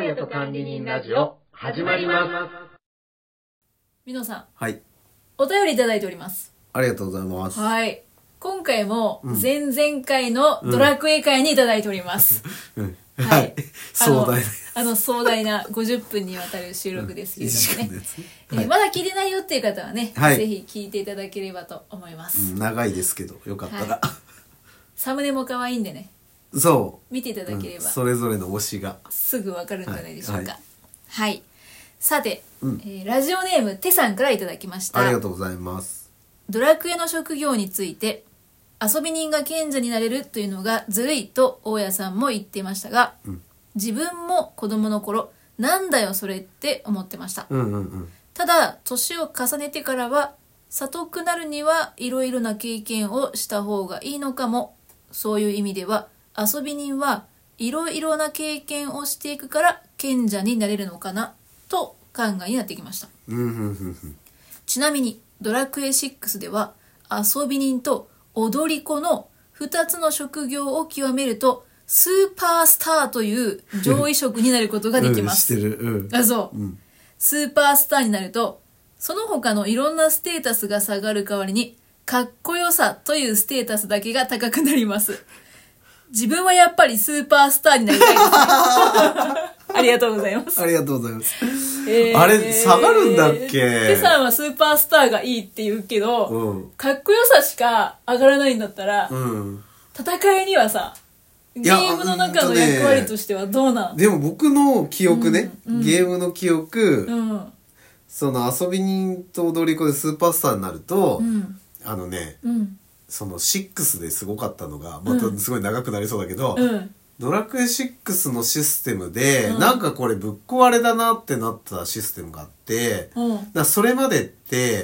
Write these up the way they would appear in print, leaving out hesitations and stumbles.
やと管理人ラジオ始まります。 みのさん、 はい、 お便りいただいております。 ありがとうございます。 はい、今回も前々回のドラクエ会にいただいております、 はい、壮大な50分にわたる収録ですけれどもね、 はい、 まだ聞いてないよっていう方はね、 はい、 ぜひ聞いていただければと思います、 長いですけどよかったら、 サムネも可愛いんでね、 そう見ていただければ、 それぞれの推しがすぐわかるんじゃないでしょうか。はい、さて、ラジオネームテさんからいただきました。 ありがとうございます。 ドラクエの職業について、遊び人が賢者になれるというのがずるいと大家さんも言っていましたが、自分も子供の頃なんだよそれって思ってました、ただ年を重ねてからは悟くなるにはいろいろな経験をした方がいいのかも。そういう意味では遊び人はいろいろな経験をしていくから賢者になれるのかなと考えになってきました。ちなみにドラクエ6では遊び人と踊り子の2つの職業を極めるとスーパースターという上位職になることができます。 知ってる、 そう、スーパースターになるとその他のいろんなステータスが下がる代わりにかっこよさというステータスだけが高くなります。自分はやっぱりスーパースターになりたいですね。ありがとうございます。 ありがとうございます。あれ下がるんだっけ？ テさんはスーパースターがいいって言うけど、かっこよさしか上がらないんだったら、戦いにはさ、ゲームの中の役割としてはどうなん？ でも僕の記憶ね、ゲームの記憶、その遊び人と踊り子でスーパースターになると、その6ですごかったのが、またすごい長くなりそうだけど、ドラクエ6のシステムで、なんかこれぶっ壊れだなってなったシステムがあって、だそれまでって、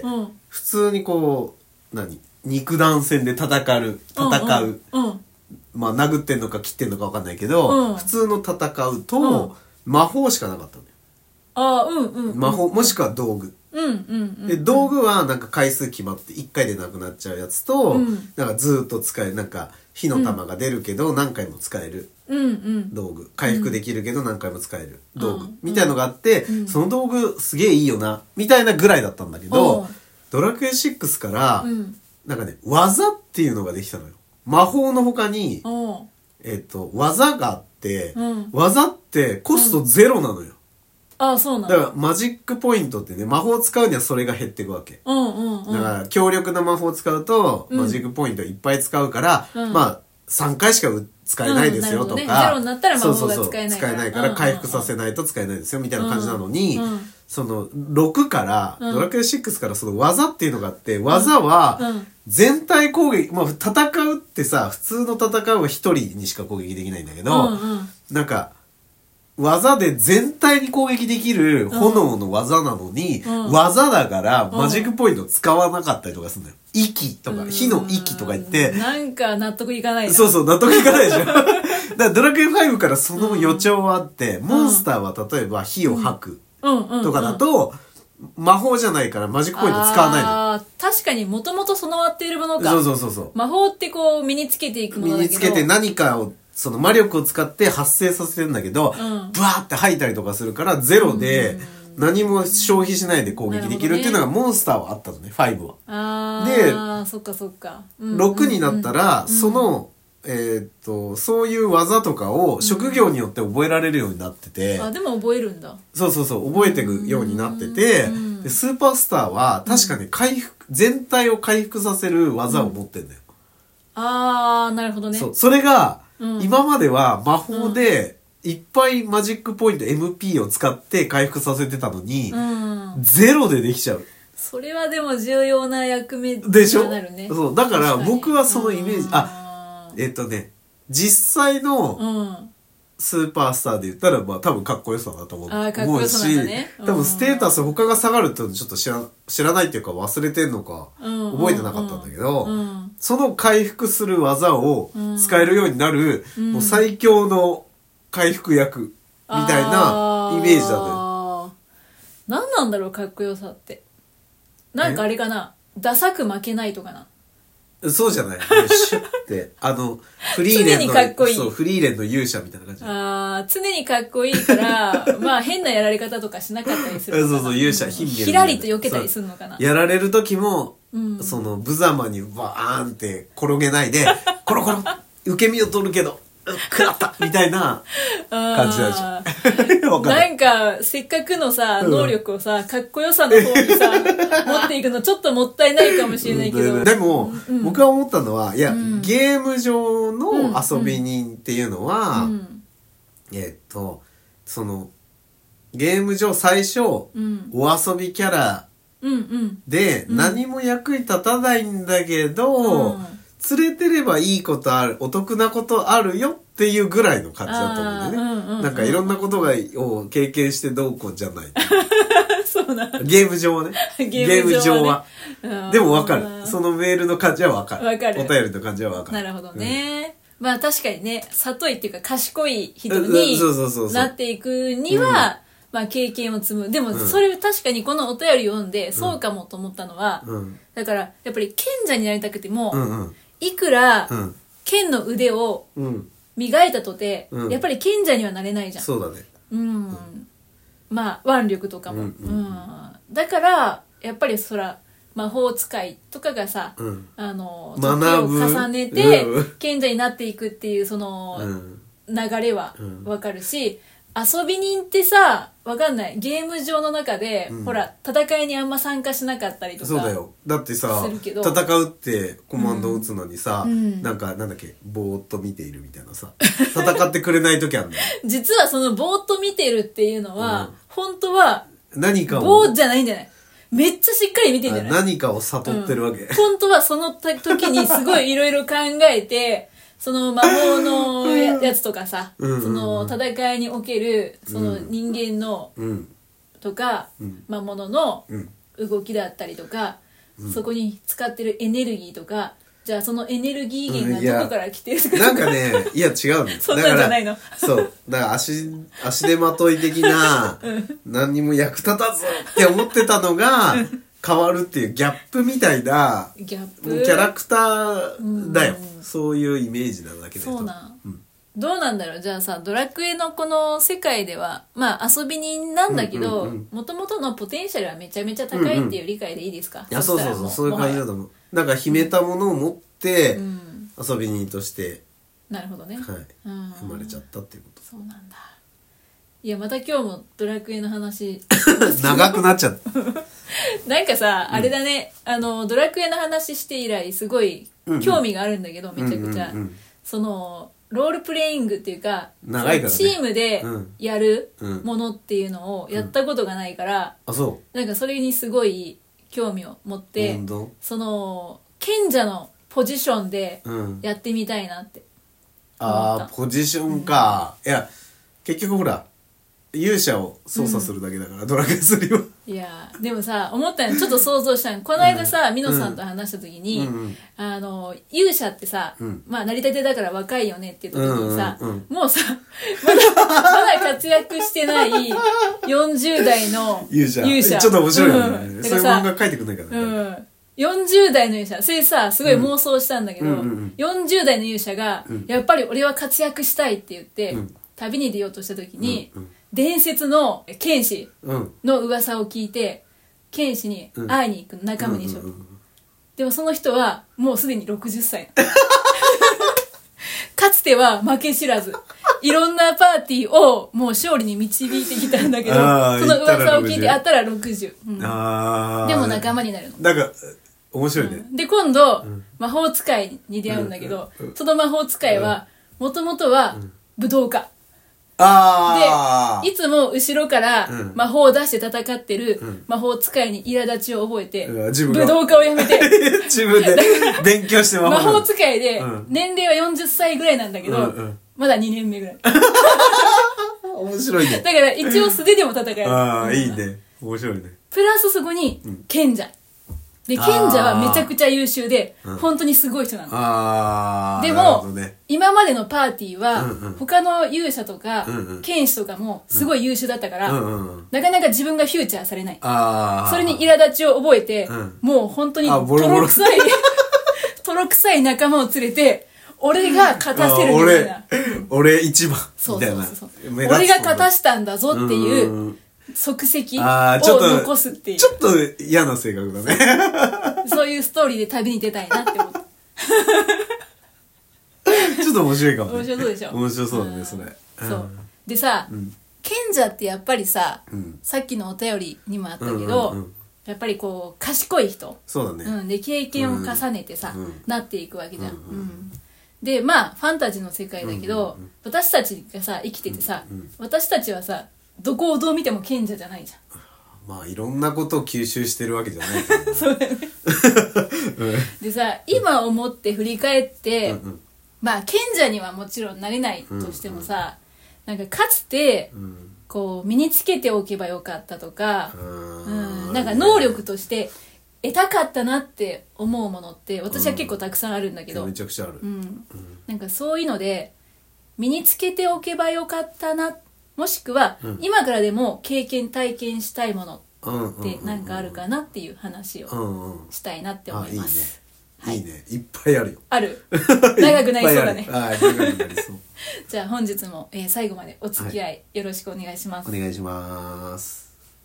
普通にこう肉弾戦で戦う、まあ殴ってんのか切ってんのか分かんないけど、普通の戦うと、魔法しかなかったのよ。魔法もしくは道具。で道具はなんか回数決まって1回でなくなっちゃうやつと、なんかずっと使える、なんか火の玉が出るけど何回も使える道具、回復できるけど何回も使える道具みたいのがあって、その道具すげえいいよなみたいなぐらいだったんだけど、ドラクエ6からなんかね、技っていうのができたのよ。魔法の他に技があって、技ってコストゼロなのよ。 そうなんだからマジックポイントってね、魔法を使うにはそれが減っていくわけ。だから強力な魔法を使うと、マジックポイントいっぱい使うから、まあ3回しか使えないですよとか、 ゼロになったら魔法が使えないから、 使えないから回復させないと使えないですよみたいな感じなのに、その6から、ドラクエ6からその技っていうのがあって、技は全体攻撃、まあ戦うってさ、普通の戦うは1人にしか攻撃できないんだけど、なんか技で全体に攻撃できる炎の技なのに、技だからマジックポイント使わなかったりとかするんだよ。息とか、火の息とか言って。 なんか納得いかないな。 そう、納得いかないでしょ。だからドラクエ5からその予兆はあって、モンスターは例えば火を吐くとかだと、魔法じゃないからマジックポイント使わないの。 確かにもともと備わっているものか。 そう。 魔法ってこう身につけていくものだけど。 身につけて何かを、その魔力を使って発生させてるんだけど、ブワーって吐いたりとかするからゼロで何も消費しないで攻撃できるっていうのがモンスターはあったのね、5は。 で、そっか。 6になったら、その、そういう技とかを職業によって覚えられるようになってて。 でも覚えるんだ。 そう、覚えていくようになってて、でスーパースターは確かに全体を回復させる技を持ってんだよ。 なるほどね。 それが、今までは魔法でいっぱいマジックポイント MP を使って回復させてたのに、ゼロでできちゃう。 それはでも重要な役目になるね。 でしょ？そう。だから僕はそのイメージ、実際のスーパースターで言ったら、まあ多分かっこよさだと思うし、多分ステータス他が下がるってちょっと知らないっていうか忘れてんのか覚えてなかったんだけど、その回復する技を使えるようになる、もう最強の回復役みたいなイメージだね。 何なんだろう、かっこよさって。なんかあれかな、ダサく負けないとかな。 そうじゃないシュッてフリーレンの常にかっこいい。 そうフリーレンの勇者みたいな感じ。 常にかっこいいからまあ変なやられ方とかしなかったりするのかな。 そう勇者ヒンメルひらりと避けたりするのかな。 やられる時も、その無様にバーンって転げないでコロコロ受け身を取るけど食らったみたいな感じなんじゃん。わかんない。 なんかせっかくのさ能力をさかっこよさの方にさ持っていくのちょっともったいないかもしれないけど、 でも、僕が思ったのはいや、ゲーム上の遊び人っていうのは、そのゲーム上最初、お遊びキャラで、何も役に立たないんだけど、連れてればいいことある、お得なことあるよっていうぐらいの感じだと思うんだよね。なんかいろんなことを経験してどうこうじゃない。 そうな。 ゲーム上はね。ゲーム上は。でもわかる。そのメールの感じはわかる。 わかる。 お便りの感じはわかる。 なるほどね。まあ確かにね、里いっていうか賢い人になっていくには、まあ経験を積む。でもそれ確かにこのお便り読んでそうかもと思ったのは、だからやっぱり賢者になりたくても、いくら剣の腕を磨いたとて、やっぱり賢者にはなれないじゃん。 そうだね。 まあ腕力とかも。だからやっぱりそら魔法使いとかがさ、時を重ねて賢者になっていくっていうその流れはわかるし、遊び人ってさ、わかんない。ゲーム上の中で、ほら、戦いにあんま参加しなかったりとか。 そうだよ。だってさ、戦うってコマンド打つのにさ、なんか、なんだっけ、ぼーっと見ているみたいなさ、戦ってくれない時あるんだよ。 実はそのぼーっと見てるっていうのは、本当は、 何かを。 ぼーじゃないんじゃない？めっちゃしっかり見てんじゃない？ 何かを悟ってるわけ。 本当はその時にすごいいろいろ考えて、その魔法のやつとかさ、その戦いにおけるその人間のとか魔物の動きだったりとか、そこに使ってるエネルギーとか、じゃあそのエネルギー源がどこから来てるとか、 なんかね、いや違うの。 そんなんじゃないの。 そう。だから足手まとい的な、何にも役立たずって思ってたのが、変わるっていうギャップみたいなキャラクターだよ。そういうイメージなだけで。 そうなん、どうなんだろう。じゃあさ、ドラクエのこの世界ではまあ遊び人なんだけど、もともとのポテンシャルはめちゃめちゃ高いっていう理解でいいですか？ いや、そういう感じだと思う。なんか秘めたものを持って遊び人として、 なるほどね、 生まれちゃったっていうこと。 そうなんだ。いや、また今日もドラクエの話長くなっちゃったなんかさ、あれだね、ドラクエの話して以来すごい興味があるんだけど、めちゃくちゃ、そのロールプレイングっていうか、 長いからね、 チームでやるものっていうのをやったことがないから、なんかそれにすごい興味を持って、その賢者のポジションでやってみたいなって思った。 ポジションか、いや結局ほら勇者を操作するだけだから、ドラクエ3は。 いやでもさ、思ったのちょっと想像したの。この間さ、ミノさんと話した時に、勇者ってさ、まあ成り立てだから若いよねっていう時にさ、もうさ、まだ活躍してない40代の勇者。 ちょっと面白いよね。そういう漫画書いてくんないからね。 40代の勇者、それさ、すごい妄想したんだけど、40代の勇者が、やっぱり俺は活躍したいって言って、旅に出ようとした時に、伝説の剣士の噂を聞いて、剣士に会いに行く仲間にしよう。でもその人はもうすでに60歳かつては負け知らず、いろんなパーティーをもう勝利に導いてきたんだけど、その噂を聞いて会ったら60、でも仲間になるの。 なんか面白いね。 で今度、魔法使いに出会うんだけど、その魔法使いはもともとは武道家で、いつも後ろから魔法を出して戦ってる魔法使いに苛立ちを覚えて、武道家をやめて自分で勉強して魔法使いで、年齢は40歳ぐらいなんだけど、まだ2年目ぐらい面白いね。 だから一応素手でも戦える。 いいね、面白いね。 プラスそこに賢者で、賢者はめちゃくちゃ優秀で、本当にすごい人なの。でも、今までのパーティーは、他の勇者とか、剣士とかもすごい優秀だったから、なかなか自分がフューチャーされない。それに苛立ちを覚えて、もう本当に泥臭い泥臭い仲間を連れて、俺が勝たせるみたいな。 俺一番みたいな。 俺が勝たしたんだぞっていう足跡を残すっていう。 ちょっと嫌な性格だね。 そういうストーリーで旅に出たいなって思った。 ちょっと面白いかもね。 面白そうでしょ。 面白そうだね、それ。 そう。でさ、賢者ってやっぱりさ、さっきのお便りにもあったけど、やっぱりこう賢い人。 そうだね。 で経験を重ねてさ、なっていくわけじゃん。でまあファンタジーの世界だけど、私たちがさ生きててさ、私たちはさどこをどう見ても賢者じゃないじゃん。 まあいろんなことを吸収してるわけじゃないから、ね、 そうだよね。でさ今思って振り返って、まあ賢者にはもちろんなれないとしてもさ、なんかかつて、こう身につけておけばよかったとか、なんか能力として得たかったなって思うものって私は結構たくさんあるんだけど、 めちゃくちゃある、 なんかそういうので身につけておけばよかったな、もしくは、今からでも経験体験したいものってなんかあるかなっていう話をしたいなって思います。 いいね、いっぱいあるよ。 ある。長くなりそうだね。 はい、長くなりそう。 じゃあ本日も、最後までお付き合いよろしくお願いします。 お願いします。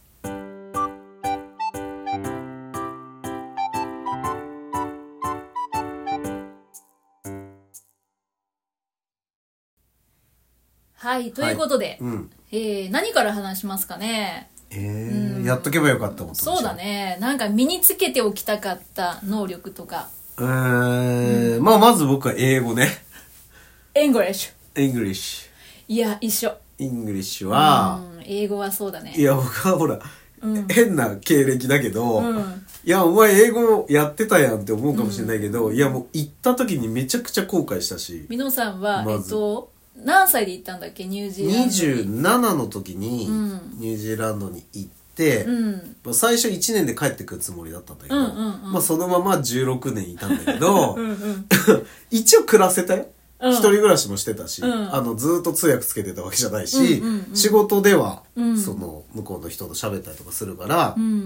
はい、ということで、何から話しますかね。 やっとけばよかったことでしょ。 そうだね。なんか身につけておきたかった能力とか。 まあまず僕は英語ね。 English。いや、一緒。 English は、 英語はそうだね。 いや、僕はほら、変な経歴だけど、いや、お前英語やってたやんって思うかもしれないけど、いや、もう行った時にめちゃくちゃ後悔したし。 みのさんは、何歳で行ったんだっけ、ニュージーランドに。 27の時にニュージーランドに行って、最初1年で帰ってくるつもりだったんだけど、まあそのまま16年いたんだけど、一応暮らせたよ。一人暮らしもしてたし、ずーっと通訳つけてたわけじゃないし、仕事では、その向こうの人と喋ったりとかするから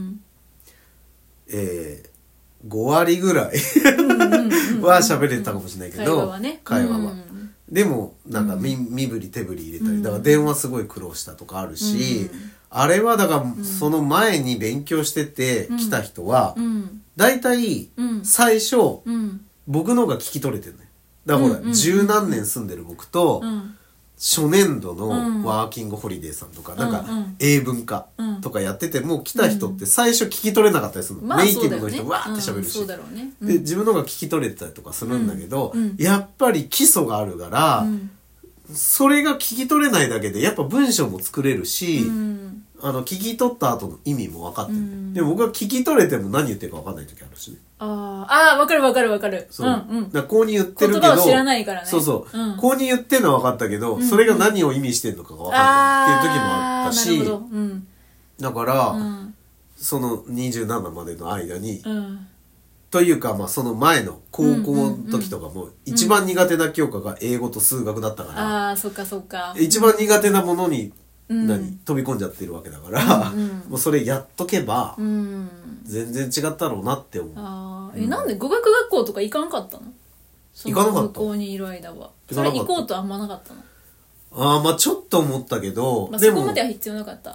、5割ぐらいは喋れたかもしれないけど、会話は。でもなんか身振り手振り入れたり、だから電話すごい苦労したとかあるし、あれはだからその前に勉強してて来た人は、だいたい最初僕の方が聞き取れてるね。だからほら十何年住んでる僕と初年度のワーキングホリデーさんとか、なんか英文化とかやってても来た人って最初聞き取れなかったりするの。ネイティブの人わーって喋るし。で、自分の方が聞き取れてたりとかするんだけど、やっぱり基礎があるから、それが聞き取れないだけで、やっぱ文章も作れるし、聞き取った後の意味も分かってる。でも僕は聞き取れても何言ってるか分かんない時あるしね。 わかる。 そう。だからこうに言ってるけど、 言葉を知らないからね。 そう。こうに言ってるのは分かったけど、それが何を意味してるのかが分かんないっていう時もあったし、だから、その27までの間に、というか、まあその前の高校の時とかも、一番苦手な教科が英語と数学だったから、 そっか。 一番苦手なものに、飛び込んじゃってるわけだから、もうそれやっとけば、全然違ったろうなって思う。 なんで語学学校とか行かなかったの？ 行かなかった。 向こうにいる間は。それ行こうとあんまなかったの？ まあちょっと思ったけど、 そこまでは必要なかった。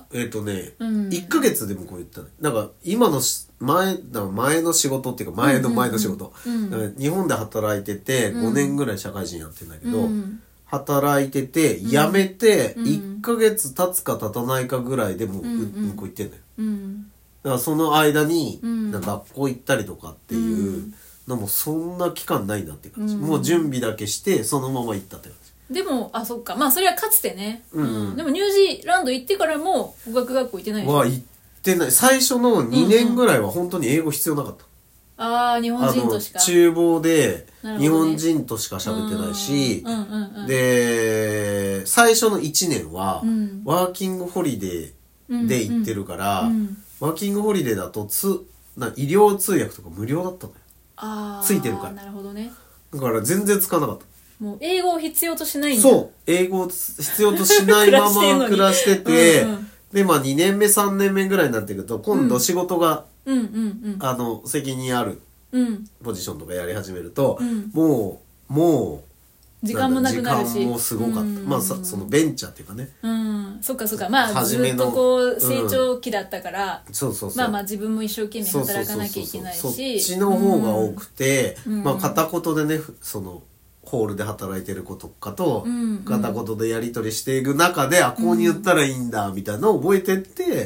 1ヶ月でもこう言ったね。なんか今の前の仕事っていうか前の仕事。日本で働いてて5年ぐらい社会人やってんだけど、働いてて辞めて1ヶ月経つか経たないかぐらいでもう向こう行ってんだよ。だからその間になんか学校行ったりとかっていうのもそんな期間ないなって感じ。もう準備だけしてそのまま行ったって感じ。 でもそっか、まあそれはかつてね、でもニュージーランド行ってからも語学学校行ってないでしょ？ 行ってない。最初の2年ぐらいは本当に英語必要なかった。 日本人としか。 厨房で日本人としか喋ってないし、で最初の1年はワーキングホリデーで行ってるから、ワーキングホリデーだと医療通訳とか無料だったのよ。ついてるから。 なるほどね。 だから全然使わなかった。 もう英語を必要としないんだ。 そう。英語を必要としないまま暮らしてて、で、まあ2年目3年目ぐらいになってくると、今度仕事が、責任あるポジションとかやり始めると、 うん、 もう時間もなくなるし、 時間もすごかった、まあそのベンチャーっていうかね、 そっかそっか、まあずっとこう成長期だったから、まあ自分も一生懸命働かなきゃいけないし、 そっちの方が多くて、まあ片言でね、そのホールで働いてる子とかと片言でやり取りしていく中で、こうに言ったらいいんだみたいなのを覚えてって、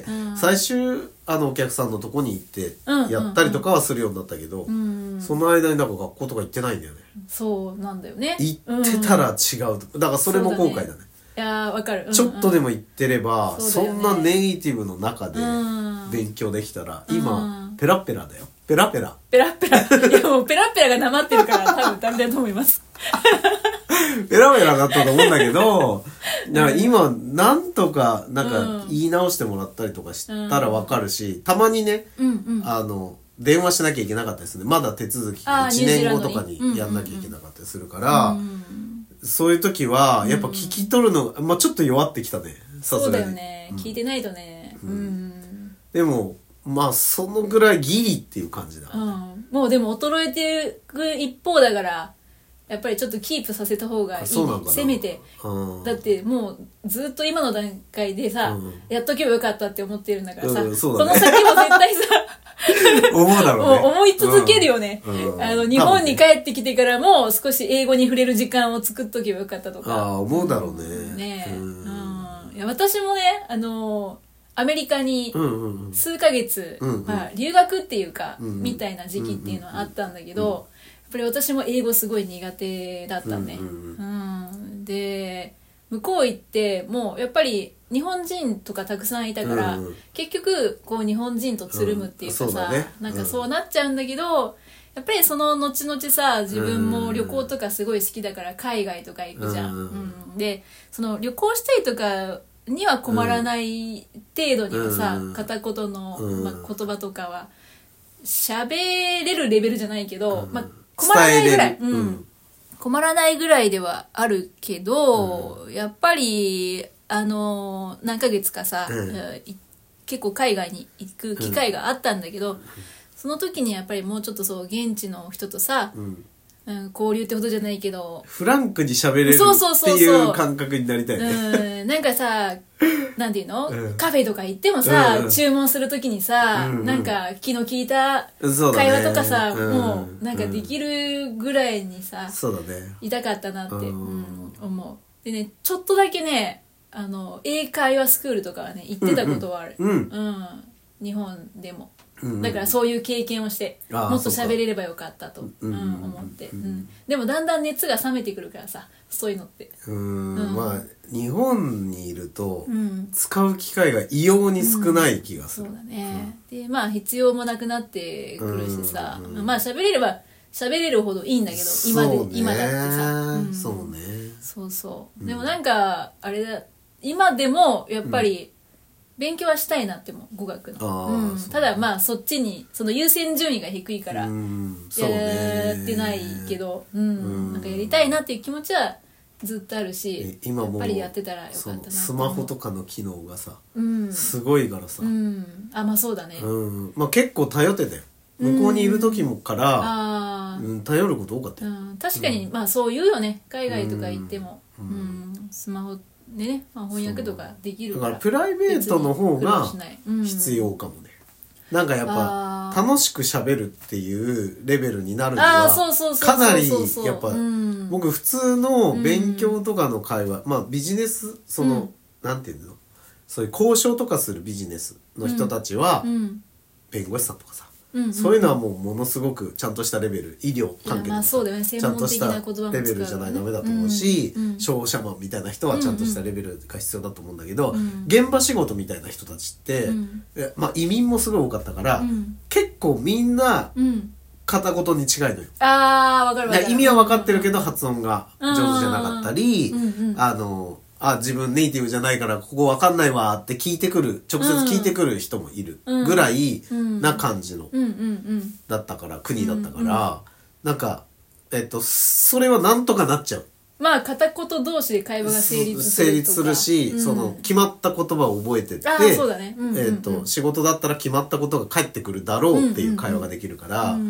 最終お客さんのとこに行ってやったりとかはするようになったけど、その間になんか学校とか行ってないんだよね。 そうなんだよね。 行ってたら違う、だからそれも後悔だね。 いやわかる、 ちょっとでも行ってれば、そんなネイティブの中で勉強できたら、今ペラペラだよ。ペラペラいやもうペラペラがなまってるから多分ダメだと思いますペラペラだったと思うんだけど、だから今なんとかなんか言い直してもらったりとかしたらわかるし、たまにね、電話しなきゃいけなかったですね。まだ手続きが1年後とかにやんなきゃいけなかったりするから、そういう時はやっぱ聞き取るのが、まあちょっと弱ってきたね。 そうだよね、聞いてないとね。 でもまあそのぐらいギリっていう感じだ、 もうでも衰えていく一方だから、やっぱりちょっとキープさせた方がいいね、せめて。だってもうずっと今の段階でさ、やっとけばよかったって思ってるんだからさ、この先も絶対さ思うだろうね。 思い続けるよね。日本に帰ってきてからも少し英語に触れる時間を作っとけばよかったとか。 思うだろうね。 いや私もね、アメリカに数ヶ月、留学っていうか、みたいな時期っていうのはあったんだけど、やっぱり私も英語すごい苦手だったね。で、向こう行ってもうやっぱり日本人とかたくさんいたから、結局こう日本人とつるむっていうかさ、なんかそうなっちゃうんだけど、やっぱりその後々さ、自分も旅行とかすごい好きだから海外とか行くじゃん。で、その旅行したりとかには困らない程度にはさ、片言の、言葉とかは喋れるレベルじゃないけど、困らないぐらい、困らないぐらいではあるけど、やっぱり何ヶ月かさ、結構海外に行く機会があったんだけど、その時にやっぱりもうちょっとそう現地の人とさ、交流ってことじゃないけどフランクに喋れるっていう感覚になりたいね。 なんかさ、なんていうの、カフェとか行ってもさ、注文するときにさ、なんか気の利いた会話とかさ、もうなんかできるぐらいにさ、いたかったなって思う。でね、ちょっとだけね、英会話スクールとかはね行ってたことはある。日本でも。だからそういう経験をしてもっと喋れればよかったと思って、でもだんだん熱が冷めてくるからさ、そういうのってまあ日本にいると使う機会が異様に少ない気がする。 そうだね。でまあ必要もなくなってくるしさ、まあ喋れれば喋れるほどいいんだけど、今だってさ、 そうね、 そうそう。でもなんかあれだ、今でもやっぱり勉強はしたいなっても、語学の。ただまあそっちにその優先順位が低いからやってないけど、なんかやりたいなっていう気持ちはずっとあるし、 今もやっぱりやってたらよかったなってスマホとかの機能がさ、すごいからさ、 まあそうだね。 まあ結構頼ってたよ。向こうにいる時もから頼ること多かったよ。 確かにまあそう言うよね。海外とか行ってもスマホでね、翻訳とかできるから。 だからプライベートの方が必要かもね。なんかやっぱ楽しく喋るっていうレベルになるにはかなりやっぱ僕普通の勉強とかの会話、まあビジネスそのなんていうの、そういう交渉とかするビジネスの人たちは弁護士さんとかさ、そういうのはもうものすごくちゃんとしたレベル、医療関係のちゃんとしたレベルじゃないとダメだと思うし、商社マンみたいな人はちゃんとしたレベルが必要だと思うんだけど、現場仕事みたいな人たちってまあ移民もすごい多かったから結構みんな片言に近いのよ。 わかるわかる。 意味は分かってるけど発音が上手じゃなかったり、自分ネイティブじゃないからここ分かんないわって聞いてくる、直接聞いてくる人もいるぐらいな感じのだったから、国だったから、なんかそれはなんとかなっちゃう。 まあ片言同士で会話が成立するし、その決まった言葉を覚えてって、 そうだね。 仕事だったら決まったことが返ってくるだろうっていう会話ができるから、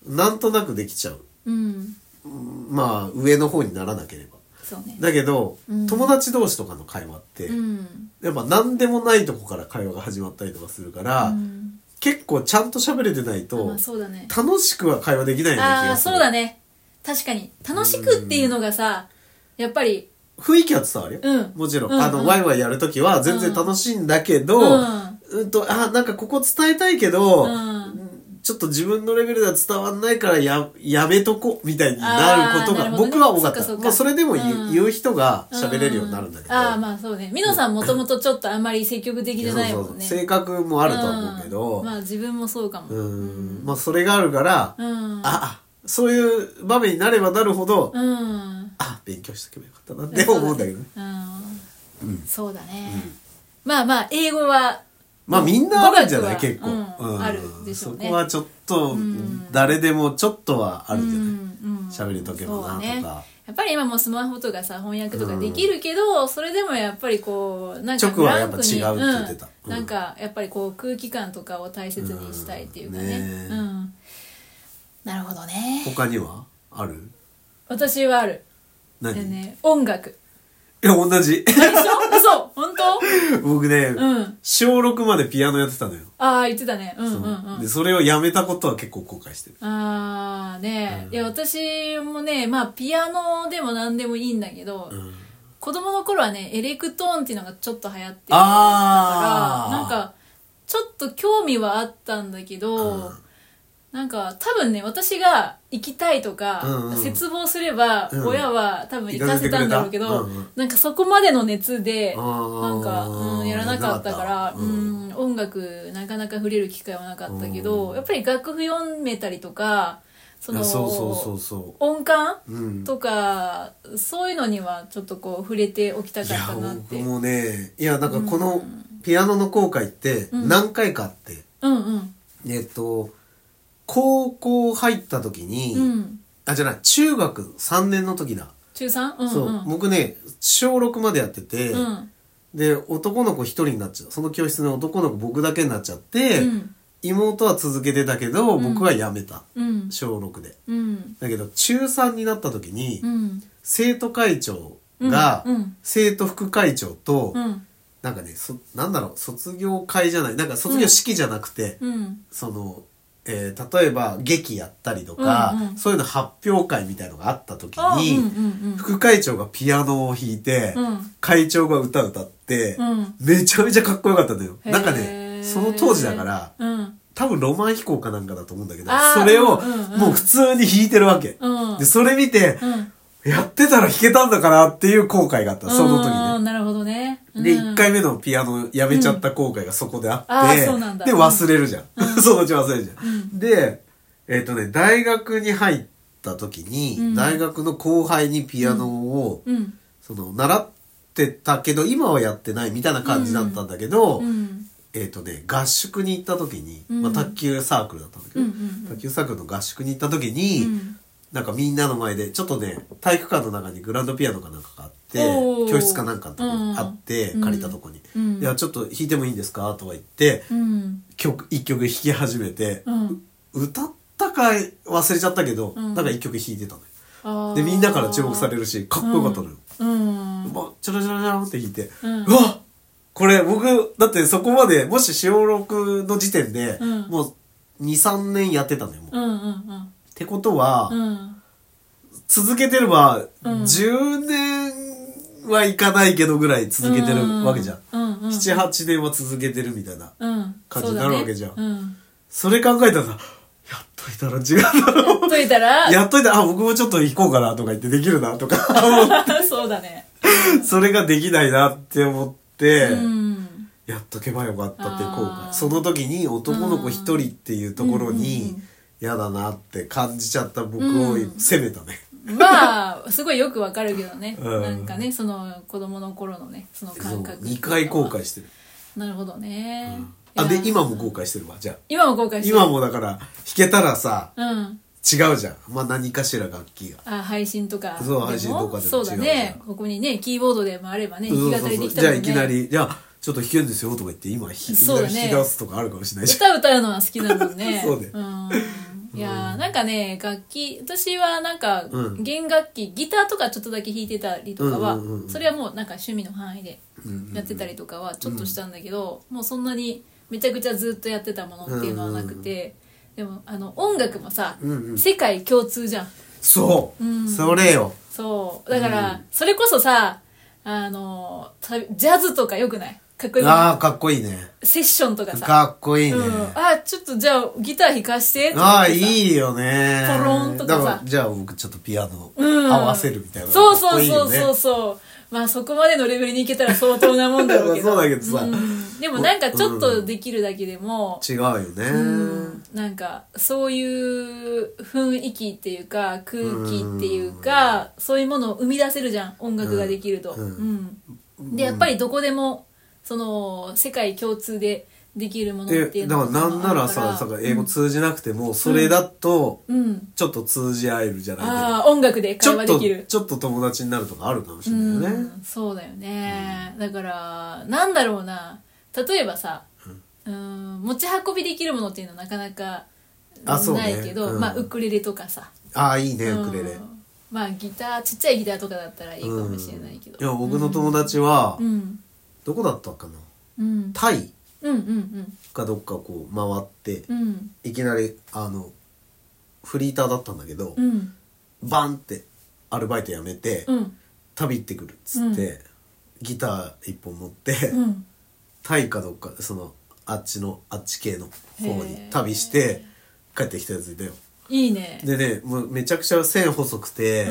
なんとなくできちゃう。 うん。 まあ上の方にならなければ。 そうね。 だけど、友達同士とかの会話って、やっぱ何でもないとこから会話が始まったりとかするから、結構ちゃんと喋れてないと、 まあそうだね、 楽しくは会話できないような気がする。 そうだね。確かに。楽しくっていうのがさ、やっぱり、 雰囲気は伝わるよ。もちろん。ワイワイやるときは全然楽しいんだけど、なんかここ伝えたいけど、ちょっと自分のレベルでは伝わんないからやめとこみたいになることが僕は多かった。まあそれでも言う人が喋れるようになるんだけど。 まあそうね。ミノさんもともとちょっとあんまり積極的じゃないもんね。 性格もあると思うけど。 まあ自分もそうかも。 まあそれがあるから、そういう場面になればなるほど、勉強しとけばよかったなって思うんだけどね。 そうだね。まあまあ英語は、 まあみんなあるんじゃない結構、 あるでしょうね。 そこはちょっと、誰でもちょっとはあるんじゃない喋りとけばなとか、 やっぱり今もスマホとかさ翻訳とかできるけど、それでもやっぱりこうなんか直はやっぱ違うって言ってた、 なんかやっぱりこう空気感とかを大切にしたいっていうかね、なるほどね。 他にはある？ 私はある。 何？ 音楽。 いや同じ。 嘘？本当？ 僕ね、小6までピアノやってたのよ。 言ってたね。 でそれをやめたことは結構後悔してる。 いや私もね、まあピアノでも何でもいいんだけど、子供の頃はねエレクトーンっていうのがちょっと流行ってたからなんかちょっと興味はあったんだけど、なんか多分ね私が行きたいとか、切望すれば親は多分行かせたんだろうけど、なんかそこまでの熱でなんか、やらなかったから、音楽なかなか触れる機会はなかったけど、やっぱり楽譜読めたりとかその音感、とかそういうのにはちょっとこう触れておきたかったなって。 いや僕もね、いやなんかこのピアノの後悔って何回かあって、高校入った時に、じゃない、中学3年の時だ。 中 3？ そう、僕ね、小6までやってて、で、男の子一人になっちゃう。その教室の男の子僕だけになっちゃって、妹は続けてたけど、僕は辞めた。小6で。だけど、中3になった時に、生徒会長が、生徒副会長と、なんかね、なんだろう、卒業会じゃない、なんか卒業式じゃなくて、その、例えば劇やったりとか、そういうの発表会みたいのがあった時に、副会長がピアノを弾いて、会長が歌歌って、めちゃめちゃかっこよかったんだよ。なんかね、その当時だから、多分ロマン飛行かなんかだと思うんだけど、それをもう普通に弾いてるわけ。で、それ見て、やってたら弾けたんだからっていう後悔があった、その時ね。 なるほどね。 で、1回目のピアノやめちゃった後悔がそこであって、で、忘れるじゃん。そのうち忘れるじゃん。で、大学に入った時に、大学の後輩にピアノを、習ってたけど、今はやってないみたいな感じだったんだけど、合宿に行った時に、卓球サークルだったんだけど、卓球サークルの合宿に行った時に、なんかみんなの前で、ちょっとね、体育館の中にグランドピアノかなんかがあって、教室かなんかのとこにあって、借りたとこに。いや、ちょっと弾いてもいいんですかとか言って、一曲弾き始めて、歌ったか忘れちゃったけど、なんか一曲弾いてたのよ。で、みんなから注目されるし、かっこよかったのよ。チャラチャラチャラって弾いて、うわこれ僕、だってそこまで、もし小6の時点で、もう2、3年やってたのよ。ってことは、続けてれば、10年はいかないけどぐらい続けてるわけじゃん。7、8年は続けてるみたいな感じになるわけじゃん。それ考えたら、やっといたら違うんだろう。 やっといたら、 僕もちょっと弾こうかなとか言ってできるなとかそうだね。 それができないなって思って、やっとけばよかったって後悔。その時に男の子一人っていうところに、嫌だなって感じちゃった僕を責めたね。 まあ、すごいよくわかるけどね。なんかね、その子供の頃のね、その感覚。 2回後悔してる。 なるほどね。 で、今も後悔してるわ、じゃあ。 今も後悔してる。 今もだから、弾けたらさ、違うじゃん。まあ何かしら楽器が。 配信とか。 そう、配信とかでも違う。 そうだね。ここにね、キーボードでもあればね、弾き語りできたらね。じゃあいきなり、じゃあ、ちょっと弾けるんですよとか言って、今弾き出すとかあるかもしれないし。 歌うのは好きなもんね。 そうで。 いやーなんかね楽器私はなんかうん弦楽器ギターとかちょっとだけ弾いてたりとかは、 うんうんうんうんそれはもうなんか趣味の範囲でやってたりとかはちょっとしたんだけど、もうそんなにめちゃくちゃずっとやってたものっていうのはなくて、でも音楽もさ、 うんうん世界共通じゃん。 そう、 うんそれよ。 そうだから、それこそさジャズとかよくない？かっこいい。 ああ、かっこいいね。 セッションとかさ、 かっこいいね。 ちょっとじゃあギター弾かしてとああ、 か言ってさいいよね。 ポロンとかさだからじゃあ僕ちょっとピアノうん合わせるみたいな。 そうそうかっこいいよねそうそうそうまあそこまでのレベルにいけたら相当なもんだろうけどそうだけどさでもなんかちょっとできるだけでも、 違うよね。 なんかそういう雰囲気っていうか空気っていうか、そういうものを生み出せるじゃん音楽ができると、でやっぱりどこでもその世界共通でできるものっていうだのがからなんならさ、英語通じなくても、それだとちょっと通じ合えるじゃないけど、 ああ音楽で会話できるちょっと友達になるとかあるかもしれないよね。 そうだよね、だからなんだろうな、例えばさ、持ち運びできるものっていうのはなかなかないけど、まあウクレレとかさ、 ああいいねウクレレ。 まあギターちっちゃいギターとかだったらいいかもしれないけど、 いや僕の友達はどこだったかな、タイかどっかこう回って、いきなりフリーターだったんだけど、バンってアルバイト辞めて、旅行ってくるっつって、ギター一本持って、タイかどっかそのあっち系の方に旅して帰ってきたやついたよ。 いいね。 でねもうめちゃくちゃ線細くて、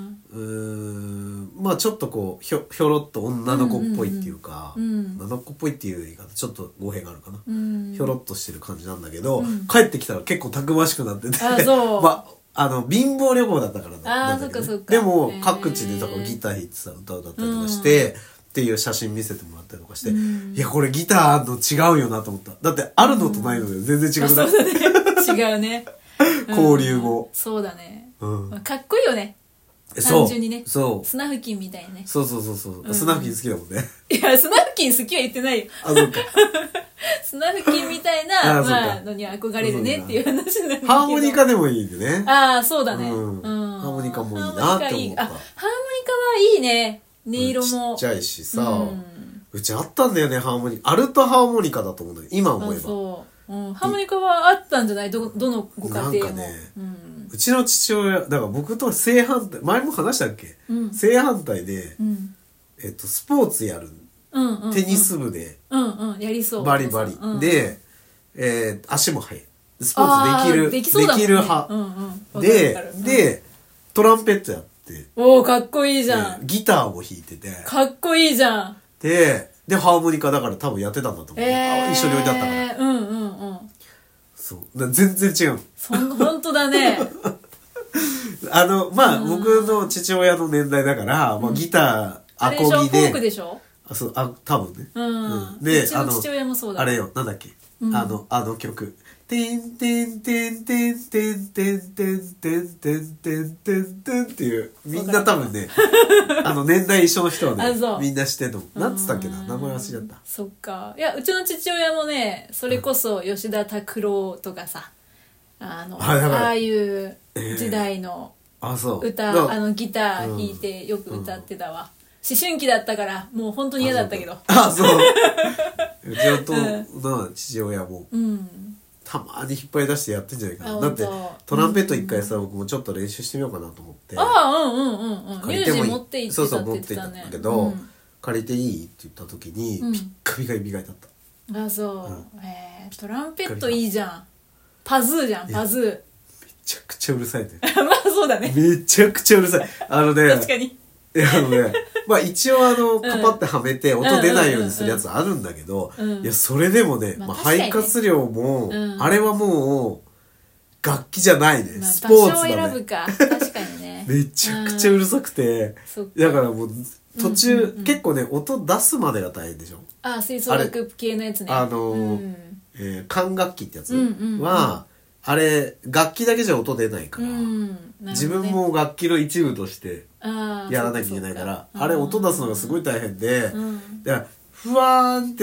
まあちょっとこうひょろっと女の子っぽいっていうか、女の子っぽいっていう言い方ちょっと語弊があるかな、ひょろっとしてる感じなんだけど、帰ってきたら結構たくましくなっててまあ貧乏旅行だったからなんだけど、ね、でも各地でだからギター弾いてさ歌歌ったりとかして、っていう写真見せてもらったりとかして、いやこれギターの違うよなと思った。だってあるのとないので全然違うそうだね違うね交流も、 そうだね、かっこいいよね単純にね。そう砂付近みたいね。 そう砂付近好きだもんね。 いや砂付近好きは言ってないよ。 あそうか砂付近みたいなまあのに憧れるねっていう話なんだけど。 ハーモニカでもいいんでね。 ああそうだね、 ハーモニカもいいなって思った。 ハーモニカはいいね。音色もちっちゃいしさ、うちあったんだよねハーモニカ。アルトハーモニカだと思うんだけど今思えば。 ハーモニカはあったんじゃない？どのご家庭も。なんかね、 うちの父親だから僕と正反対、前も話したっけ、正反対で、スポーツやる、テニス部で、 やりそうバリバリ、で、足も速いスポーツできる派、でトランペットやって、 かっこいいじゃん。 ギターも弾いててかっこいいじゃん。 でハーモニカだから多分やってたんだと思う、一緒に置いてあったから、そうだ全然違うの。本当だねまあ僕の父親の年代だから、まあ、ギターアコギで、 フォークでしょ。 多分ね、 でうちの父親もそうだ。 あれよなんだっけ、あの曲てんてんてんてんてんてんてんてんてんてんてんてんっていうみんな多分ね年代一緒の人はねみんな知ってんの。なんつったっけな名前忘れちゃった。 そっか。いやうちの父親もねそれこそ吉田拓郎とかさああいう時代の歌ギター弾いてよく歌ってたわ。思春期だったからもう本当に嫌だったけど。 そううちの父親もたまに引っ張り出してやってんじゃないかな。だってトランペット一回さ僕もちょっと練習してみようかなと思って、 ミュージ持って行ってたって言ってたね。 持って行ったんだけど、借りていいって言った時にピッカピカ磨いてあった。 トランペットいいじゃん。パズーじゃんパズー。めちゃくちゃうるさいねまあそうだね。 めちゃくちゃうるさい。 確かに。 まあ一応カパってはめて音出ないようにするやつあるんだけど、いやそれでもね、肺活量もあれはもう楽器じゃないね、スポーツだね。 場所を選ぶか。確かにね。 めちゃくちゃうるさくて、だからもう途中結構ね音出すまでが大変でしょ。 吹奏楽系のやつね。 管楽器ってやつはあれ楽器だけじゃ音出ないから、自分も楽器の一部としてやらなきゃいけないから、あれ音出すのがすごい大変で、だからふわーんって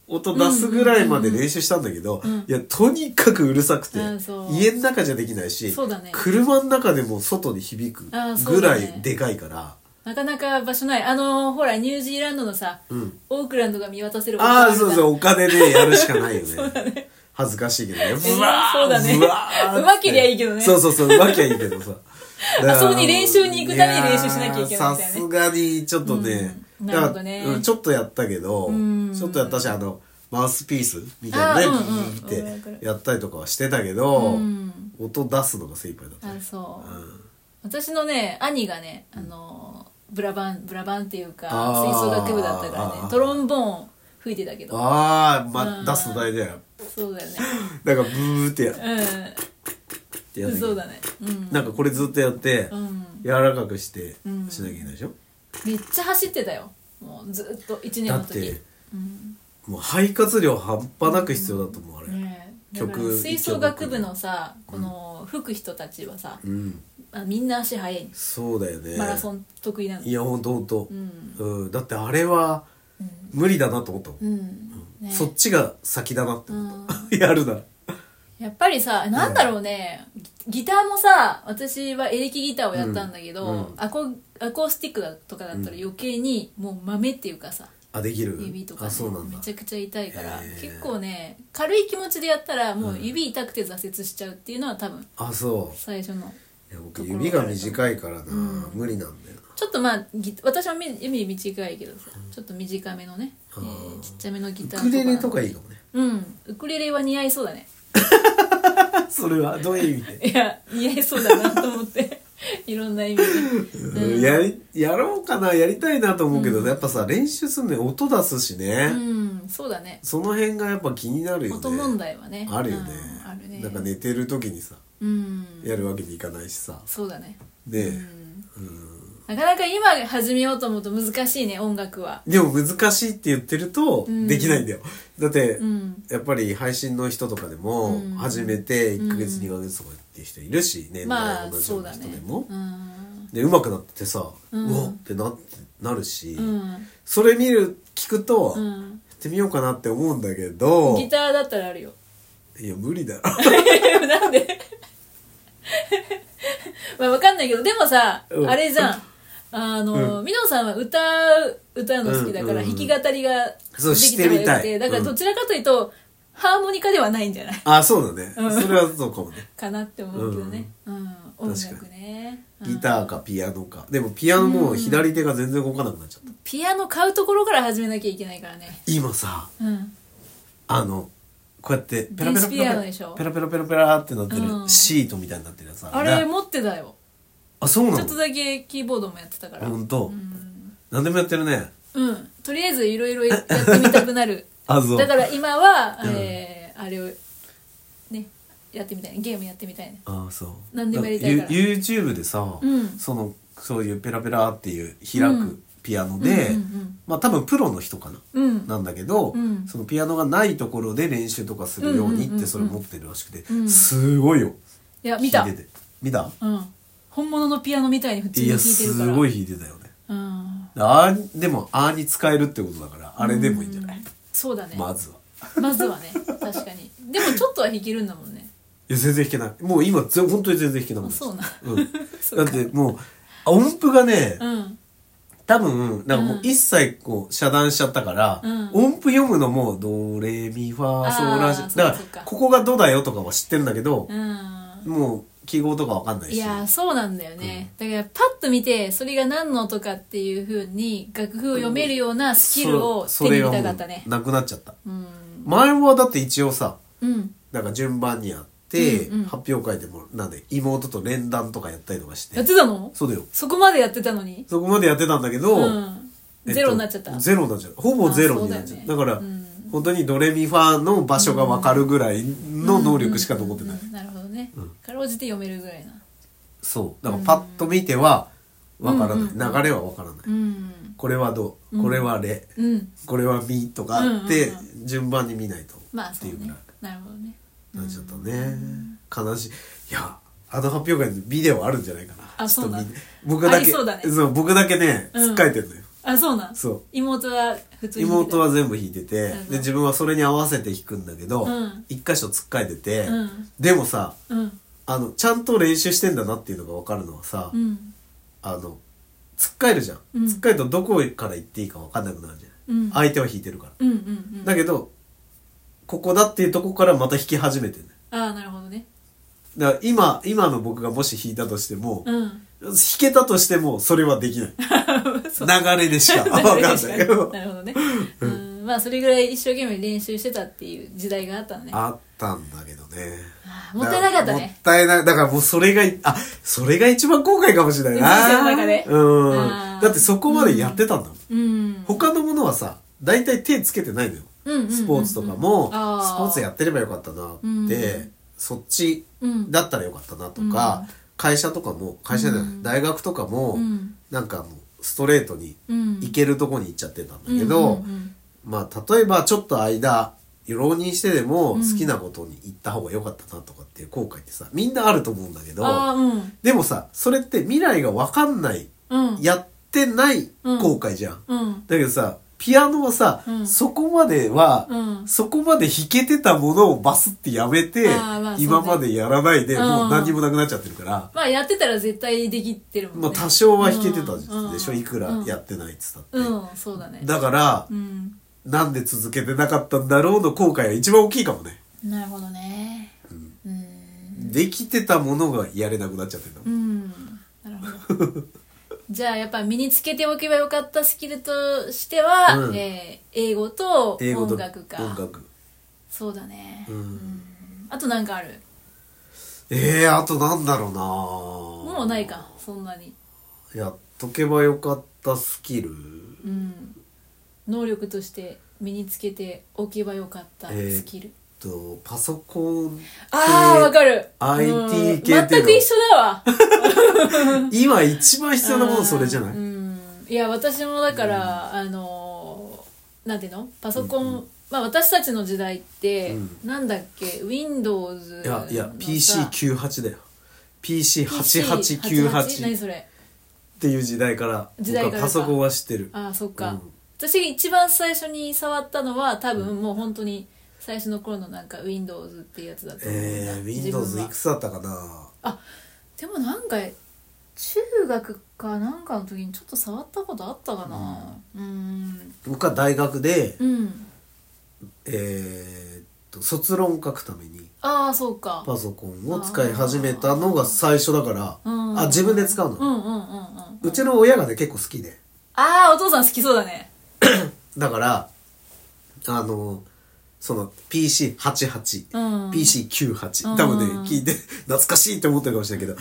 音出すぐらいまで練習したんだけど、いやとにかくうるさくて、家の中じゃできないし、 ね、 車の中でも外に響くぐらいでかいから、 なかなか場所ない。ほらニュージーランドのさ、オークランドが見渡せる。 そうそう、お金でやるしかないよね。そうだね、恥ずかしいけどね。 うまけりゃいいけどね。 そううまきゃいいけどさ。 あそこに練習に行くために練習しなきゃいけないみたいなね。 さすがにちょっとね、 なるほどね。 ちょっとやったけど、ちょっとやったし、マウスピースみたいなね、ビーってやったりとかはしてたけど、音出すのが精一杯だった。 そう。私のね、兄がね、ブラバンっていうか、吹奏楽部だったからね、トロンボーン吹いてたけど。 出すの大事だよ。 そうだよね。 なんかブーってやる。 そうだね。 なんかこれずっとやって、柔らかくしてしなきゃいけないでしょ。 めっちゃ走ってたよ。もうずっと1年の時。 だって、もう肺活量半端なく必要だと思う、あれ。 吹奏楽部のさ、この吹く人たちはさ、みんな足速い。 そうだよね。 マラソン得意なの。 いやほんと、だってあれは無理だなと思ったもん。そっちが先だなって思った。やるなら。 やっぱりさ、なんだろうね、ギターもさ、私はエレキギターをやったんだけど、アコースティックとかだったら余計にもう豆っていうかさ、 できる指とか、ね、めちゃくちゃ痛いから、結構ね軽い気持ちでやったらもう指痛くて挫折しちゃうっていうのは多分最初の。 いや僕指が短いからな、無理なんだよな。 ちょっと私は指短いけどさ、ちょっと短めのね、ちっちゃめのギターとか。 ウクレレとかいいかもね。 ウクレレは似合いそうだね。 それはどういう意味で？ いや似合いそうだなと思っていろんな意味で、やろうかな、やりたいなと思うけど、やっぱさ練習するのに音出すしね、 そうだね、 その辺がやっぱ気になるよね。 音問題はねあるよね、あるね。なんか寝てる時にさ、やるわけにいかないしさ。 そうだね。 なかなか今始めようと思うと難しいね、音楽は。 でも難しいって言ってるとできないんだよ。だって、やっぱり配信の人とかでも始めて1ヶ月2ヶ月とかっていう人いるし、年代同じような人でも。で上手くなってさ、うわってなるし、それ聞くとやってみようかなって思うんだけど。 ギターだったらあるよ。いや無理だよ。 なんでまあ分かんないけど、でもさ、あれじゃん。ミノさんは歌うの好きだから弾き語りができてはよくて、だからどちらかというとハーモニカではないんじゃない？ そうだね。それはそうかもね。 かなって思うけどね。音楽ね。 ギターかピアノか。でもピアノも左手が全然動かなくなっちゃった。 ピアノ買うところから始めなきゃいけないからね。 今さ、こうやってペラペラペラペラってなってるシートみたいになってるやつあれ持ってたよ。 そうなの？ ちょっとだけキーボードもやってたから。 本当。何でもやってるね。 とりあえずいろいろやってみたくなる。だから今はあれをねやってみたいね。ゲームやってみたいね。 そう。 何でもやりたいから。 YouTube でさ、そういうペラペラっていう開くピアノで、多分プロの人かな、なんだけど、そのピアノがないところで練習とかするようにってそれ持ってるらしくて、すごいよ。 いや見た。 見た？ 本物のピアノみたいに普通に弾いてるから。 すごい弾いてたよね。でもに使えるってことだから、あれでもいいんじゃない？ そうだね。 まずはね、確かに。でもちょっとは弾けるんだもんね。 いや全然弾けない。もう今本当に全然弾けないもん。 そうな。 だってもう音符がね、多分なんかもう一切こう遮断しちゃったから、音符読むのもドレミファソラシだからここがドだよとかは知ってるんだけど、もう記号とかわかんないし。 いやそうなんだよね、だからパッと見てそれが何の音かっていう風に楽譜を読めるようなスキルを手に入れたかったね。 なくなっちゃった。前はだって一応さ、なんか順番にやって、発表会でもなんで妹と連弾とかやったりとかして。 やってたの？ そうだよ。 そこまでやってたのに？ そこまでやってたんだけど、 ゼロになっちゃった。 ゼロになっちゃった。ほぼゼロになっちゃった。だから本当にドレミファの場所が分かるぐらいの能力しか残ってない。 なるほどね。かろうじて読めるぐらいな。 そうだからパッと見ては分からない、流れは分からない、これはド、これはレ、これはミとかって順番に見ないとっていうぐらい、 なるほどね、 なっちゃったね。悲しい。いや発表会でビデオあるんじゃないかな。 そうだ。 僕だけ、僕だけねつっかえてるのよ。 あ、そうなん。 そう。 妹は普通に弾いてた。 妹は全部弾いてて、 うんで、自分はそれに合わせて弾くんだけど、 うん一箇所つっかえてて、 うんでもさ、 うんちゃんと練習してんだなっていうのが分かるのはさ、 うんつっかえるじゃん。 うんつっかえるとどこから行っていいか分かんなくなるじゃん。 うん相手は弾いてるから。 うんうんだけど、ここだっていうとこからまた弾き始めてるね。 ああ、なるほどね。 だから今の僕がもし弾いたとしても、 うん弾けたとしてもそれはできない。流れでしか分かんないけど。 なるほどね。まあそれぐらい一生懸命練習してたっていう時代があったのね。 あったんだけどね。 もったいなかったね。 もったいない。だからもうそれが一番後悔かもしれないな。 人生の中でだってそこまでやってたんだもん。 うん。 他のものはさ、大体手つけてないのよ。スポーツとかも、スポーツやってればよかったなって、そっちだったらよかったなとか、会社とかも、会社じゃない、大学とかも、なんかもうストレートに行けるとこに行っちゃってたんだけど、まあ例えばちょっと間、浪人してでも好きなことに行った方が良かったなとかっていう後悔ってさ、みんなあると思うんだけど、でもさ、それって未来が分かんない、やってない後悔じゃん。だけどさ、ピアノはさ、そこまでは、そこまで弾けてたものをバスってやめて、今までやらないで、もう何にもなくなっちゃってるから。 まあやってたら絶対できてるもんね。 まあ多少は弾けてたでしょ、いくらやってないっつったって。 そうだね。 だから、なんで続けてなかったんだろうの後悔は一番大きいかもね。 なるほどね。 できてたものがやれなくなっちゃってたもん。 なるほど。じゃあやっぱ身につけておけばよかったスキルとしては、英語と音楽か。 音楽。 そうだね。あとなんかある？ あとなんだろうな。 もうないか、そんなに。 やっとけばよかったスキル。 能力として身につけておけばよかったスキル。 パソコン。 わかる。 IT 系っていうの。 全く一緒だわ。 今一番必要なものそれじゃない？ いや、私もだから、なんていうの？パソコン、まあ私たちの時代って、なんだっけ、Windows いや、PC98 だよ。PC8898。 何それ？ っていう時代から僕はパソコンは知ってる。 ああ、そっか。私が一番最初に触ったのは多分もう本当に最初の頃のなんか Windows っていうやつだと思うんだ。 Windows いくつだったかな。 あ、でもなんか中学かなんかの時にちょっと触ったことあったかな。 僕は大学で、卒論書くためにそうか、 パソコンを使い始めたのが最初だから、自分で使うの。うちの親がね結構好きで。 お父さん好きそうだね。 だからその PC88、PC98、多分ね聞いて懐かしいって思ってるかもしれないけど、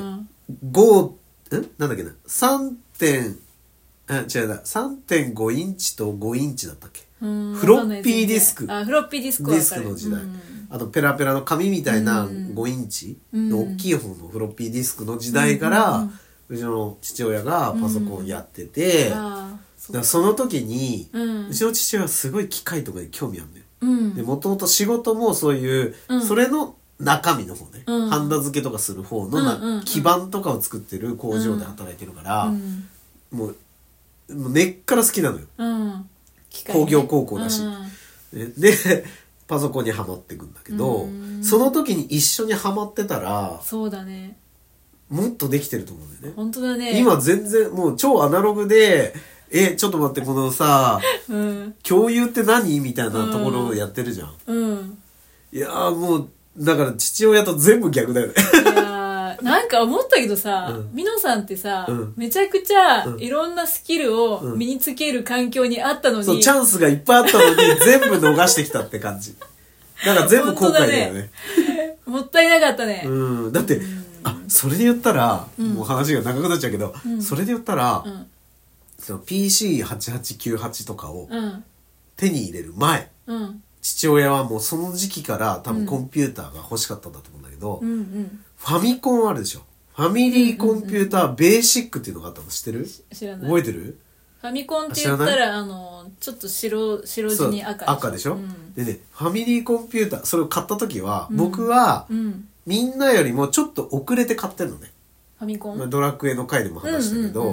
なんだっけな、3.5 インチと5インチだったっけ。フロッピーディスク。 フロッピーディスクの時代。ペラペラの紙みたいな5インチの大きい方のフロッピーディスクの時代から、うちの父親がパソコンやってて、その時に、うちの父親はすごい機械とかに興味あるんだよ。で、もともと仕事もそういう、それの中身の方ね、ハンダ付けとかする方の基板とかを作ってる工場で働いてるから、もう根っから好きなのよ。工業高校だし。で、パソコンにはまっていくんだけど、その時に一緒にはまってたら、 そうだね。 もっとできてると思うんだよね。 本当だね。 今全然もう超アナログで、ちょっと待って、このさ、共有って何みたいなところをやってるじゃん。いやーもう、だから父親と全部逆だよね。 いやー、なんか思ったけどさ、みのさんってさ、めちゃくちゃいろんなスキルを身につける環境にあったのに。 そう、チャンスがいっぱいあったのに全部逃してきたって感じ。だから全部後悔だよね。 もったいなかったね。 だって、それで言ったら、もう話が長くなっちゃうけど、それで言ったら、その PC8898 とかを手に入れる前、父親はもうその時期から多分コンピューターが欲しかったんだと思うんだけど、ファミコンあるでしょ。ファミリーコンピューターベーシックっていうのがあったの知ってる？ 知らない。 覚えてる？ ファミコンって言ったらちょっと白地に赤でしょ。でね、ファミリーコンピューターそれを買った時は、僕はみんなよりもちょっと遅れて買ってるのね。 ファミコン？ ドラクエの回でも話したけど、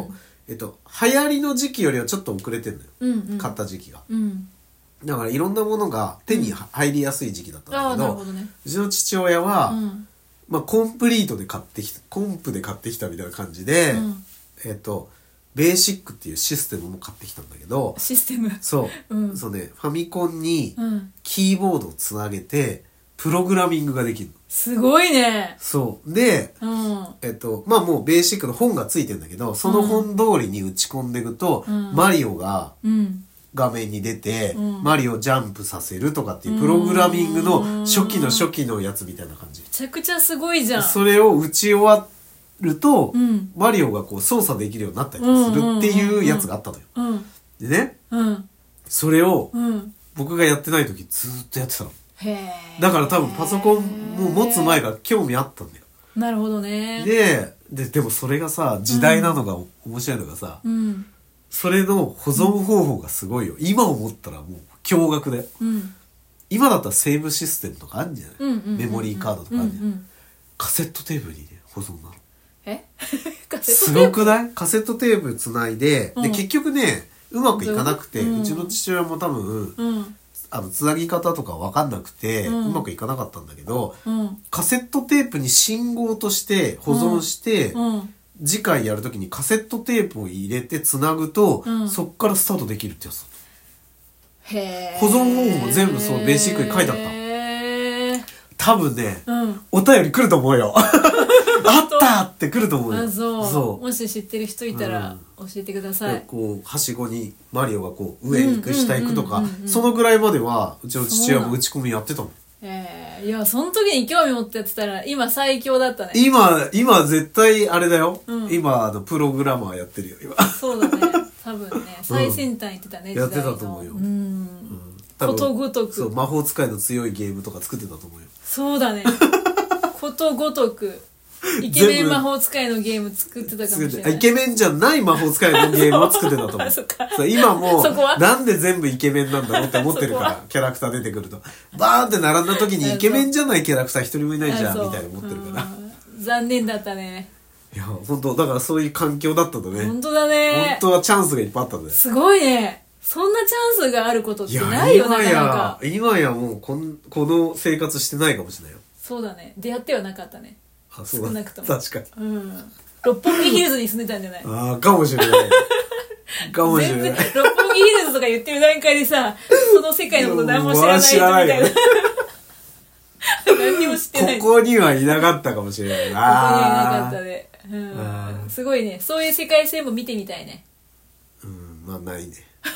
流行りの時期よりはちょっと遅れてんのよ、 うんうん、 買った時期が、 うん、 だからいろんなものが手に入りやすい時期だったんだけど、 なるほどね、 うちの父親は、 うん、 コンプリートで買ってきた、コンプで買ってきたみたいな感じで、 うん、 ベーシックっていうシステムも買ってきたんだけど、 システム、 そう、 うん、 そうね、ファミコンにうんキーボードをつなげてプログラミングができるの。 すごいね。 そうで、 うん、 もうベーシックの本がついてんだけど、その本通りに打ち込んでいくと、 うん、 マリオが画面に出て、マリオをジャンプさせるとかっていうプログラミングの初期のやつみたいな感じ。 めちゃくちゃすごいじゃん。 それを打ち終わると、 うんマリオがこう操作できるようになったりするっていうやつがあったのよ。 うん、 でね、 うん、 それをうん、 僕がやってない時ずーっとやってたの。 へー。 だから多分パソコンも持つ前から興味あったんだよ。 なるほどね。 でもそれがさ、時代なのが面白いのがさ、 うん、 それの保存方法がすごいよ。今思ったらもう驚愕だよ。 うん、 今だったらセーブシステムとかあるんじゃない、 うんうんうんうん、 メモリーカードとかあるんじゃない、 うんうん、 カセットテープにね、保存なの。 カセッすトテープごくないカセットテープつないで、 うん、 で、結局ね、うまくいかなくて、 うん、 うちの父親も多分、 うん、 つなぎ方とか分かんなくて、 うん、 うまくいかなかったんだけど、 うん、 カセットテープに信号として保存して、 うん、 次回やるときにカセットテープを入れてつなぐと、 うん、 そっからスタートできるってやつ。 へー。 保存方法も全部そうベーシックに書いてあった。多分ね、 うん、 お便り来ると思うよ。あったって来ると思うよ。 あ、そう。 そうもし知ってる人いたら教えてください。 こうはしごにマリオがこう上行く下行くとか、そのぐらいまではうちの父親も打ち込みやってたもん。 いや、その時に興味持ってやってたら今最強だったね。 今絶対あれだよ、 うん、 今プログラマーやってるよ今。 そうだね、多分ね、最先端行ってたね、 やってたと思うよ。 ことごとく。 そう、魔法使いの強いゲームとか作ってたと思うよ。 そうだね。ことごとくイケメン魔法使いのゲーム作ってたかもしれない。 イケメンじゃない魔法使いのゲームを作ってたと思う。そう今もうなんで全部イケメンなんだろうって思ってるからキャラクター出てくるとバーンって並んだ時にイケメンじゃないキャラクター一人もいないじゃんみたいに思ってるから。 残念だったね。 いや本当だからそういう環境だったんだね。 本当だね。 本当はチャンスがいっぱいあったんだよ。 すごいね。そんなチャンスがあることってないよ、なかなか。 今やもうこの生活してないかもしれないよ。 そうだね。出会ってはなかったね。 あ、そうだ。 少なくとも。 確かに。 うん。六本木ヒルズに住んでたんじゃない？ ああ、かもしれない。かもしれない。 六本木ヒルズとか言ってる段階でさ、その世界のこと何も知らない人みたいな。何にも知ってない。 ここにはいなかったかもしれない。 ここにはいなかったね。うん。すごいね。そういう世界線も見てみたいね。 まあないね。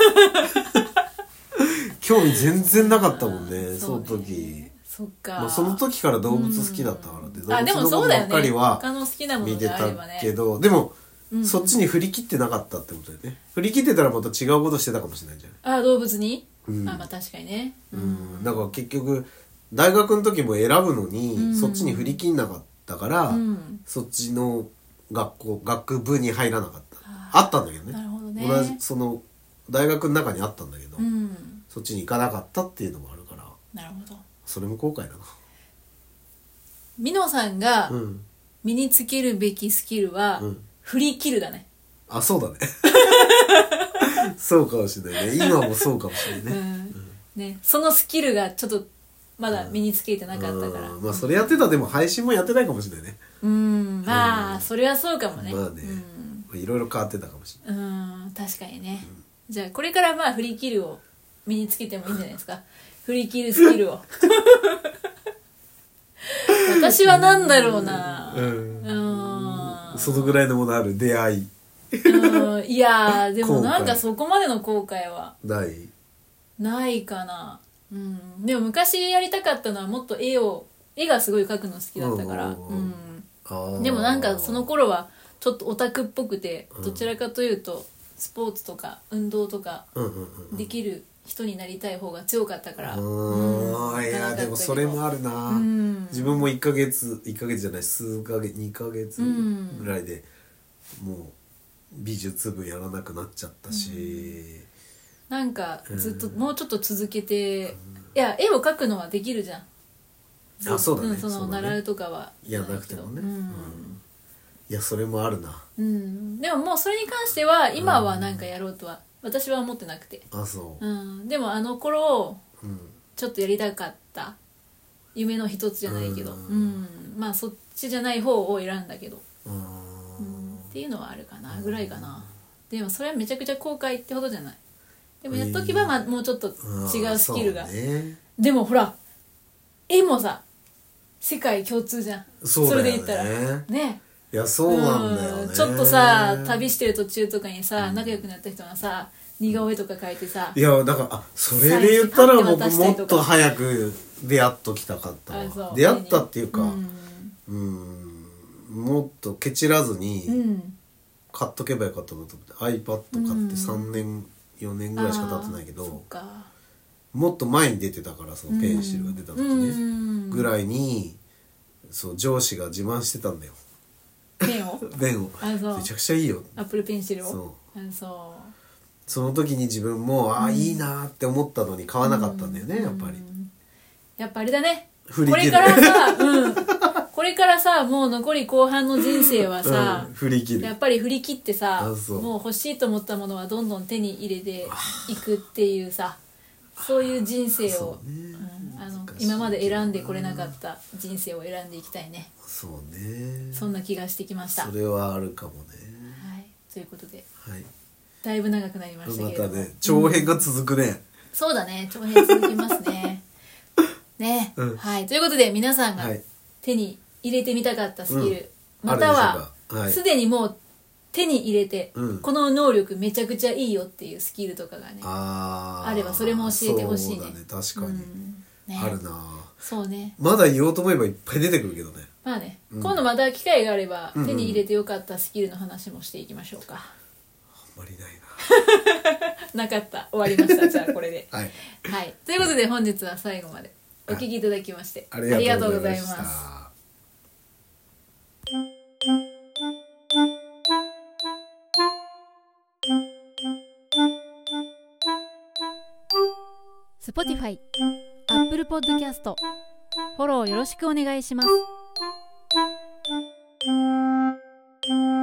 興味全然なかったもんね、その時。 そっか。 まあ、その時から動物好きだったからで、 あ、でもそうだよね。 動物のことばっかりは他の好きなものがあればね。 見てたけど、でも、そっちに振り切ってなかったってことだよね。振り切ってたらまた違うことしてたかもしれないじゃん。 あ、動物に？まあ確かにね。 だから結局、大学の時も選ぶのに、そっちに振り切んなかったから、そっちの学部に入らなかった。あったんだけどね。 なるほどね。 同じ、大学の中にあったんだけど、そっちに行かなかったっていうのもあるから。 なるほど。 それも後悔だな。 ミノさんが身につけるべきスキルは、振り切るだね。 あ、そうだね。そうかもしれないね。今もそうかもしれないね。 ね、そのスキルがちょっとまだ身につけてなかったから。 まあそれやってたらでも配信もやってないかもしれないね。 まあそれはそうかもね。 まあね、いろいろ変わってたかもしれない。 確かにね。じゃあこれからまあ振り切るを身につけてもいいんじゃないですか。振り切るスキルを。私はなんだろうな。 そのぐらいのものある出会い。 いやーでもなんかそこまでの後悔はないかな。でも昔やりたかったのはもっと絵がすごい描くの好きだったから。でもなんかその頃はちょっとオタクっぽくて、どちらかというとスポーツとか運動とかできる人になりたい方が強かったから。 いやでもそれもあるな。自分も1ヶ月じゃない2ヶ月ぐらいでもう美術部やらなくなっちゃったし、 なんかずっともうちょっと続けて、いや絵を描くのはできるじゃん。 あ、そうだね。 習うとかはやらなくてもね。 いやそれもあるな。 でももうそれに関しては今はなんかやろうとは私は思ってなくて、 あそう、でもあの頃ちょっとやりたかった夢の一つじゃないけど、まあそっちじゃない方を選んだけど、っていうのはあるかなぐらいかな。でもそれはめちゃくちゃ後悔ってほどじゃない。でもやっとけば、まあ、もうちょっと違うスキルが、でもほら絵もさ世界共通じゃん。それで言ったらね。 いやそうなんだよね。 ちょっとさ旅してる途中とかにさ、仲良くなった人がさ似顔絵とか描いてさ、 いやだからそれで言ったら僕もっと早く出会っときたかったわ。出会ったっていうか、もっとケチらずに買っとけばよかったなと思って、iPad 買って3年4年ぐらいしか経ってないけど、もっと前に出てたから、そのペンシルが出た時ね、ぐらいにそう上司が自慢してたんだよ。 ペンをペンをめちゃくちゃいいよ、 アップルペンシルを。 その時に自分もいいなって思ったのに買わなかったんだよね。 やっぱあれだね、これからさ、これからさもう残り後半の人生はさ、やっぱり振り切ってさ、もう欲しいと思ったものはどんどん手に入れていくっていうさ、そういう人生を、今まで選んでこれなかった人生を選んでいきたいね。 そうね、 そんな気がしてきました。 それはあるかもね。 はい、ということで、 はい、 だいぶ長くなりましたけれども、 またね長編が続くね、 そうだね、長編続きますねね、はい、ということで皆さんが手に入れてみたかったスキル、またはすでにもう手に入れて、この能力めちゃくちゃいいよっていうスキルとかがね あればそれも教えてほしいね。 そうだね、確かに、あるな。 そうね、 まだ言おうと思えばいっぱい出てくるけどね。 まあね、今度また機会があれば手に入れてよかったスキルの話もしていきましょうか。 あんまりないなかった。終わりました。じゃあこれではい、 はい、ということで本日は最後までお聞きいただきましてありがとうございます。Spotify、Apple Podcast、フォローよろしくお願いします。